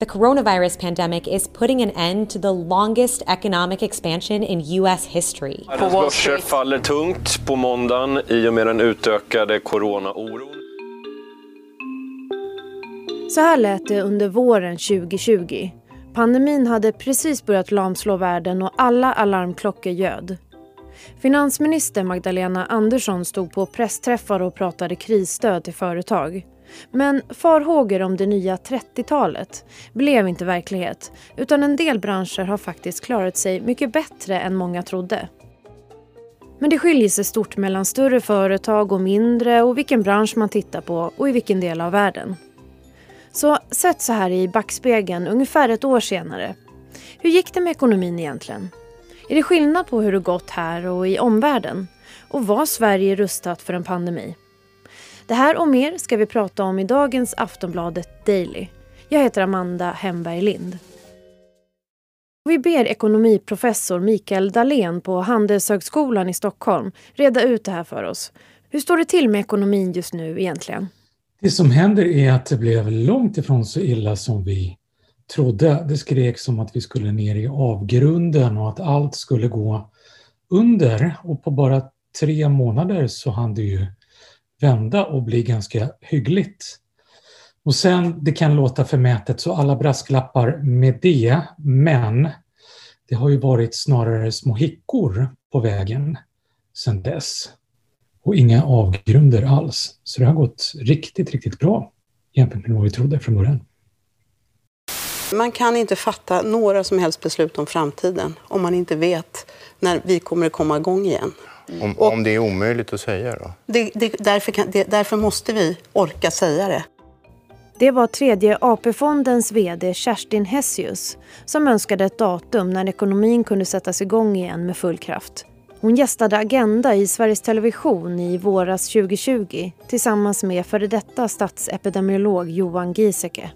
The coronavirus pandemic is putting an end to the longest economic expansion in US history. Världens börser faller tungt på måndagen i och med den utökade coronaoron. Så här lät det under våren 2020. Pandemin hade precis börjat lamslå världen och alla alarmklockor ljöd. Finansminister Magdalena Andersson stod på pressträffar och pratade krisstöd till företag. Men farhågor om det nya 30-talet blev inte verklighet, utan en del branscher har faktiskt klarat sig mycket bättre än många trodde. Men det skiljer sig stort mellan större företag och mindre och vilken bransch man tittar på och i vilken del av världen. Så sätt så här i backspegeln ungefär ett år senare. Hur gick det med ekonomin egentligen? Är det skillnad på hur det gått här och i omvärlden? Och var Sverige rustat för en pandemi? Det här och mer ska vi prata om i dagens Aftonbladet Daily. Jag heter Amanda Hemberg Lind. Vi ber ekonomiprofessor Mikael Dahlén på Handelshögskolan i Stockholm reda ut det här för oss. Hur står det till med ekonomin just nu egentligen? Det som händer är att det blev långt ifrån så illa som vi trodde. Det skrek som att vi skulle ner i avgrunden och att allt skulle gå under. Och på bara 3 månader så hann det ju vända och bli ganska hyggligt. Och sen, det kan låta förmätet så alla brasklappar med det, men det har ju varit snarare små hickor på vägen sedan dess. Och inga avgrunder alls. Så det har gått riktigt, riktigt bra jämfört med vad vi trodde från början. Man kan inte fatta några som helst beslut om framtiden om man inte vet när vi kommer att komma igång igen. Om det är omöjligt att säga då? Därför måste vi orka säga det. Det var tredje AP-fondens vd Kerstin Hessius som önskade ett datum när ekonomin kunde sättas igång igen med full kraft. Hon gästade Agenda i Sveriges Television i våras 2020 tillsammans med före detta statsepidemiolog Johan Giesecke.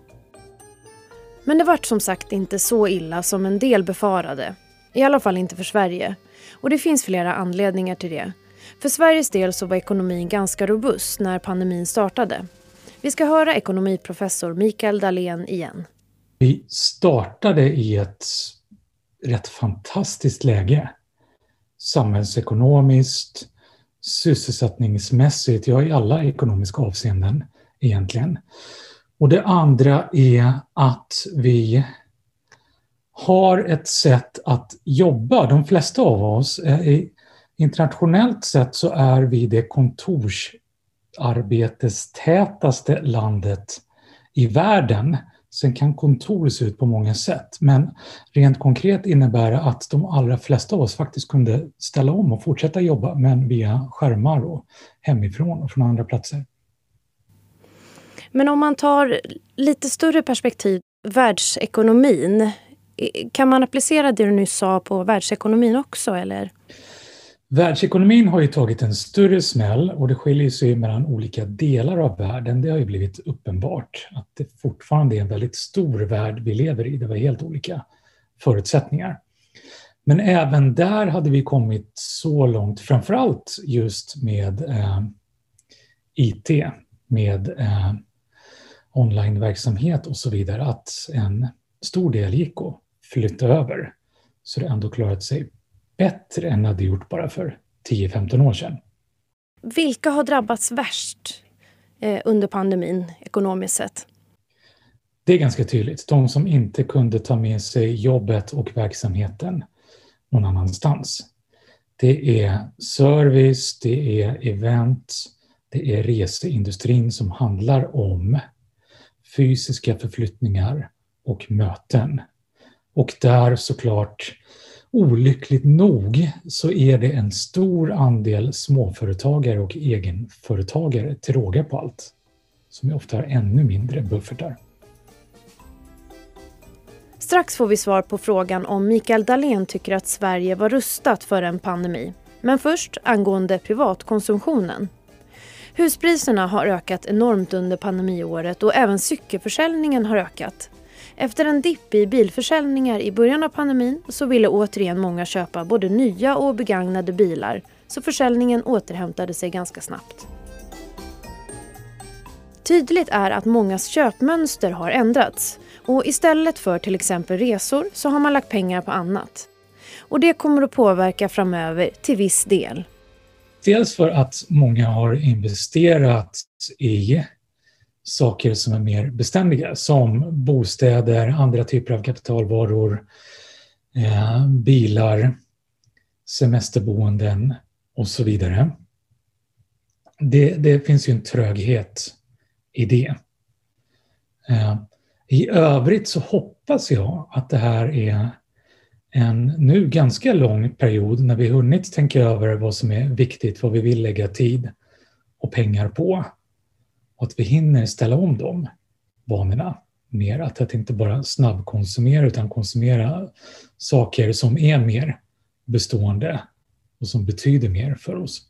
Men det var som sagt inte så illa som en del befarade. I alla fall inte för Sverige. Och det finns flera anledningar till det. För Sveriges del så var ekonomin ganska robust när pandemin startade. Vi ska höra ekonomiprofessor Mikael Dahlén igen. Vi startade i ett rätt fantastiskt läge. Samhällsekonomiskt, sysselsättningsmässigt, ja i alla ekonomiska avseenden egentligen. Och det andra är att vi har ett sätt att jobba. De flesta av oss, internationellt sett så är vi det kontorsarbetestätaste landet i världen. Sen kan kontor se ut på många sätt, men rent konkret innebär det att de allra flesta av oss faktiskt kunde ställa om och fortsätta jobba, men via skärmar och hemifrån och från andra platser. Men om man tar lite större perspektiv, världsekonomin, kan man applicera det du nyss sa på världsekonomin också, eller? Världsekonomin har ju tagit en större smäll och det skiljer sig mellan olika delar av världen. Det har ju blivit uppenbart att det fortfarande är en väldigt stor värld vi lever i. Det var helt olika förutsättningar. Men även där hade vi kommit så långt, framförallt just med IT, med onlineverksamhet och så vidare, att en stor del gick att flytta över. Så det ändå klarat sig bättre än hade gjort bara för 10-15 år sedan. Vilka har drabbats värst under pandemin ekonomiskt sett? Det är ganska tydligt. De som inte kunde ta med sig jobbet och verksamheten någon annanstans. Det är service, det är event, det är reseindustrin som handlar om fysiska förflyttningar och möten. Och där såklart, olyckligt nog, så är det en stor andel småföretagare och egenföretagare till råga på allt, som ofta har ännu mindre buffertar. Strax får vi svar på frågan om Mikael Dahlén tycker att Sverige var rustat för en pandemi. Men först angående privatkonsumtionen. Huspriserna har ökat enormt under pandemiåret och även cykelförsäljningen har ökat. Efter en dipp i bilförsäljningar i början av pandemin så ville återigen många köpa både nya och begagnade bilar, så försäljningen återhämtade sig ganska snabbt. Tydligt är att mångas köpmönster har ändrats och istället för till exempel resor så har man lagt pengar på annat. Och det kommer att påverka framöver till viss del. Dels för att många har investerat i saker som är mer beständiga, som bostäder, andra typer av kapitalvaror, bilar, semesterboenden och så vidare. Det finns ju en tröghet i det. I övrigt så hoppas jag att det här är en nu ganska lång period när vi hunnit tänka över vad som är viktigt, vad vi vill lägga tid och pengar på. Och att vi hinner ställa om de vanorna mer. Att inte bara snabbkonsumera utan konsumera saker som är mer bestående och som betyder mer för oss.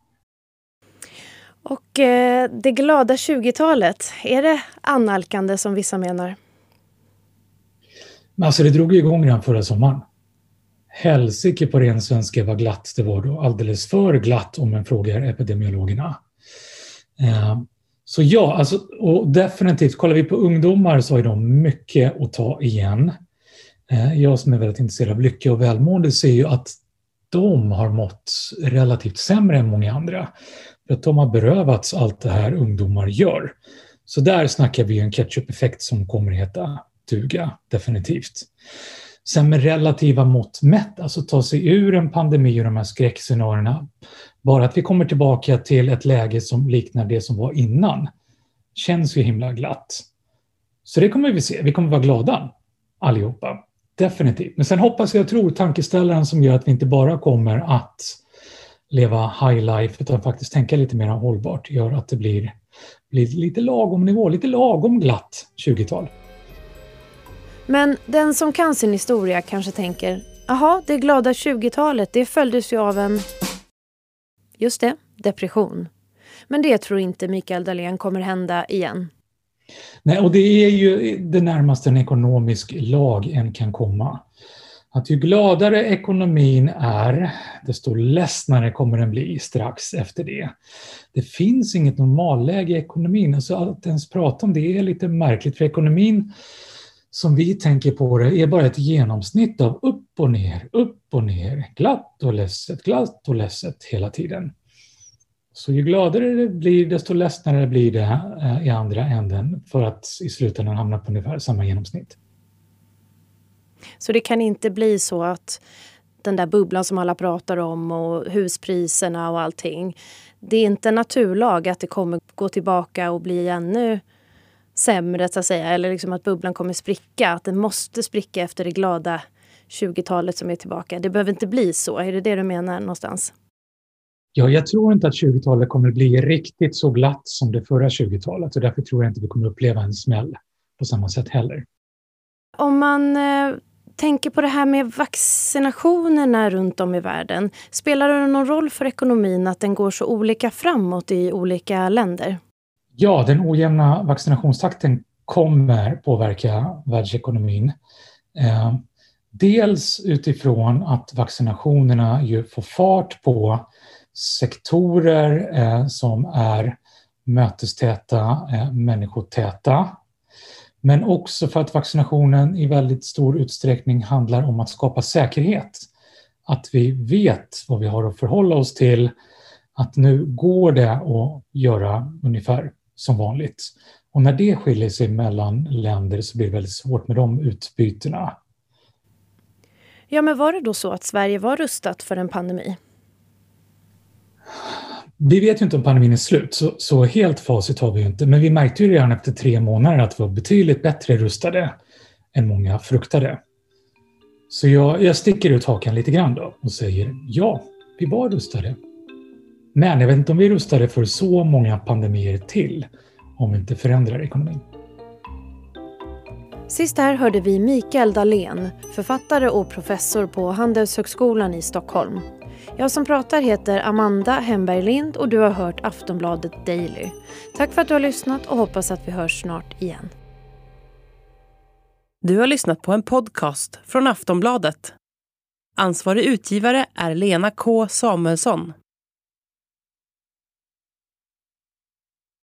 Och det glada 20-talet, är det annalkande som vissa menar? Men alltså det drog igång redan förra sommaren. Helsike på ren svenska vad glatt det var då. Alldeles för glatt om man frågar epidemiologerna. Så ja, alltså, och definitivt, kollar vi på ungdomar så har de mycket att ta igen. Jag som är väldigt intresserad av lycka och välmående ser ju att de har mått relativt sämre än många andra. För att de har berövats allt det här ungdomar gör. Så där snackar vi en catch-up-effekt som kommer att heta duga, definitivt. Sen med relativa mått mätt, alltså ta sig ur en pandemi och de här skräckscenarierna. Bara att vi kommer tillbaka till ett läge som liknar det som var innan känns ju himla glatt. Så det kommer vi se. Vi kommer vara glada allihopa. Definitivt. Men sen hoppas jag tror tankeställaren som gör att vi inte bara kommer att leva high life utan faktiskt tänka lite mer hållbart gör att det blir lite lagom nivå, lite lagom glatt 20-tal. Men den som kan sin historia kanske tänker, jaha, det glada 20-talet, det följdes ju av en, just det, depression. Men det tror inte Mikael Dahlén kommer hända igen. Nej, och det är ju det närmaste en ekonomisk lag än kan komma. Att ju gladare ekonomin är, desto ledsnare kommer den bli strax efter det. Det finns inget normalläge i ekonomin. Alltså att ens prata om det är lite märkligt, för ekonomin som vi tänker på det är bara ett genomsnitt av upp och ner, glatt och ledset hela tiden. Så ju gladare det blir, desto ledsnare blir det i andra änden för att i slutändan hamna på ungefär samma genomsnitt. Så det kan inte bli så att den där bubblan som alla pratar om och huspriserna och allting, det är inte en naturlag att det kommer gå tillbaka och bli ännu sämre så att säga, eller liksom att bubblan kommer spricka, att den måste spricka efter det glada 20-talet som är tillbaka. Det behöver inte bli så, är det du menar någonstans? Ja, jag tror inte att 20-talet kommer bli riktigt så glatt som det förra 20-talet och därför tror jag inte vi kommer uppleva en smäll på samma sätt heller. Om man tänker på det här med vaccinationerna runt om i världen, spelar det någon roll för ekonomin att den går så olika framåt i olika länder? Ja, den ojämna vaccinationstakten kommer påverka världsekonomin. Dels utifrån att vaccinationerna ju får fart på sektorer som är mötestäta, människotäta. Men också för att vaccinationen i väldigt stor utsträckning handlar om att skapa säkerhet. Att vi vet vad vi har att förhålla oss till. Att nu går det att göra ungefär som vanligt. Och när det skiljer sig mellan länder så blir det väldigt svårt med de utbytena. Ja, men var det då så att Sverige var rustat för en pandemi? Vi vet ju inte om pandemin är slut, så helt facit har vi ju inte. Men vi märkte ju redan efter 3 månader att vi var betydligt bättre rustade än många fruktade. Så jag sticker ut hakan lite grann då och säger ja, vi var rustade. Men jag vet inte om vi är rustade för så många pandemier till om vi inte förändrar ekonomin. Sist här hörde vi Mikael Dahlén, författare och professor på Handelshögskolan i Stockholm. Jag som pratar heter Amanda Hemberg Lind och du har hört Aftonbladet Daily. Tack för att du har lyssnat och hoppas att vi hörs snart igen. Du har lyssnat på en podcast från Aftonbladet. Ansvarig utgivare är Lena K. Samuelsson.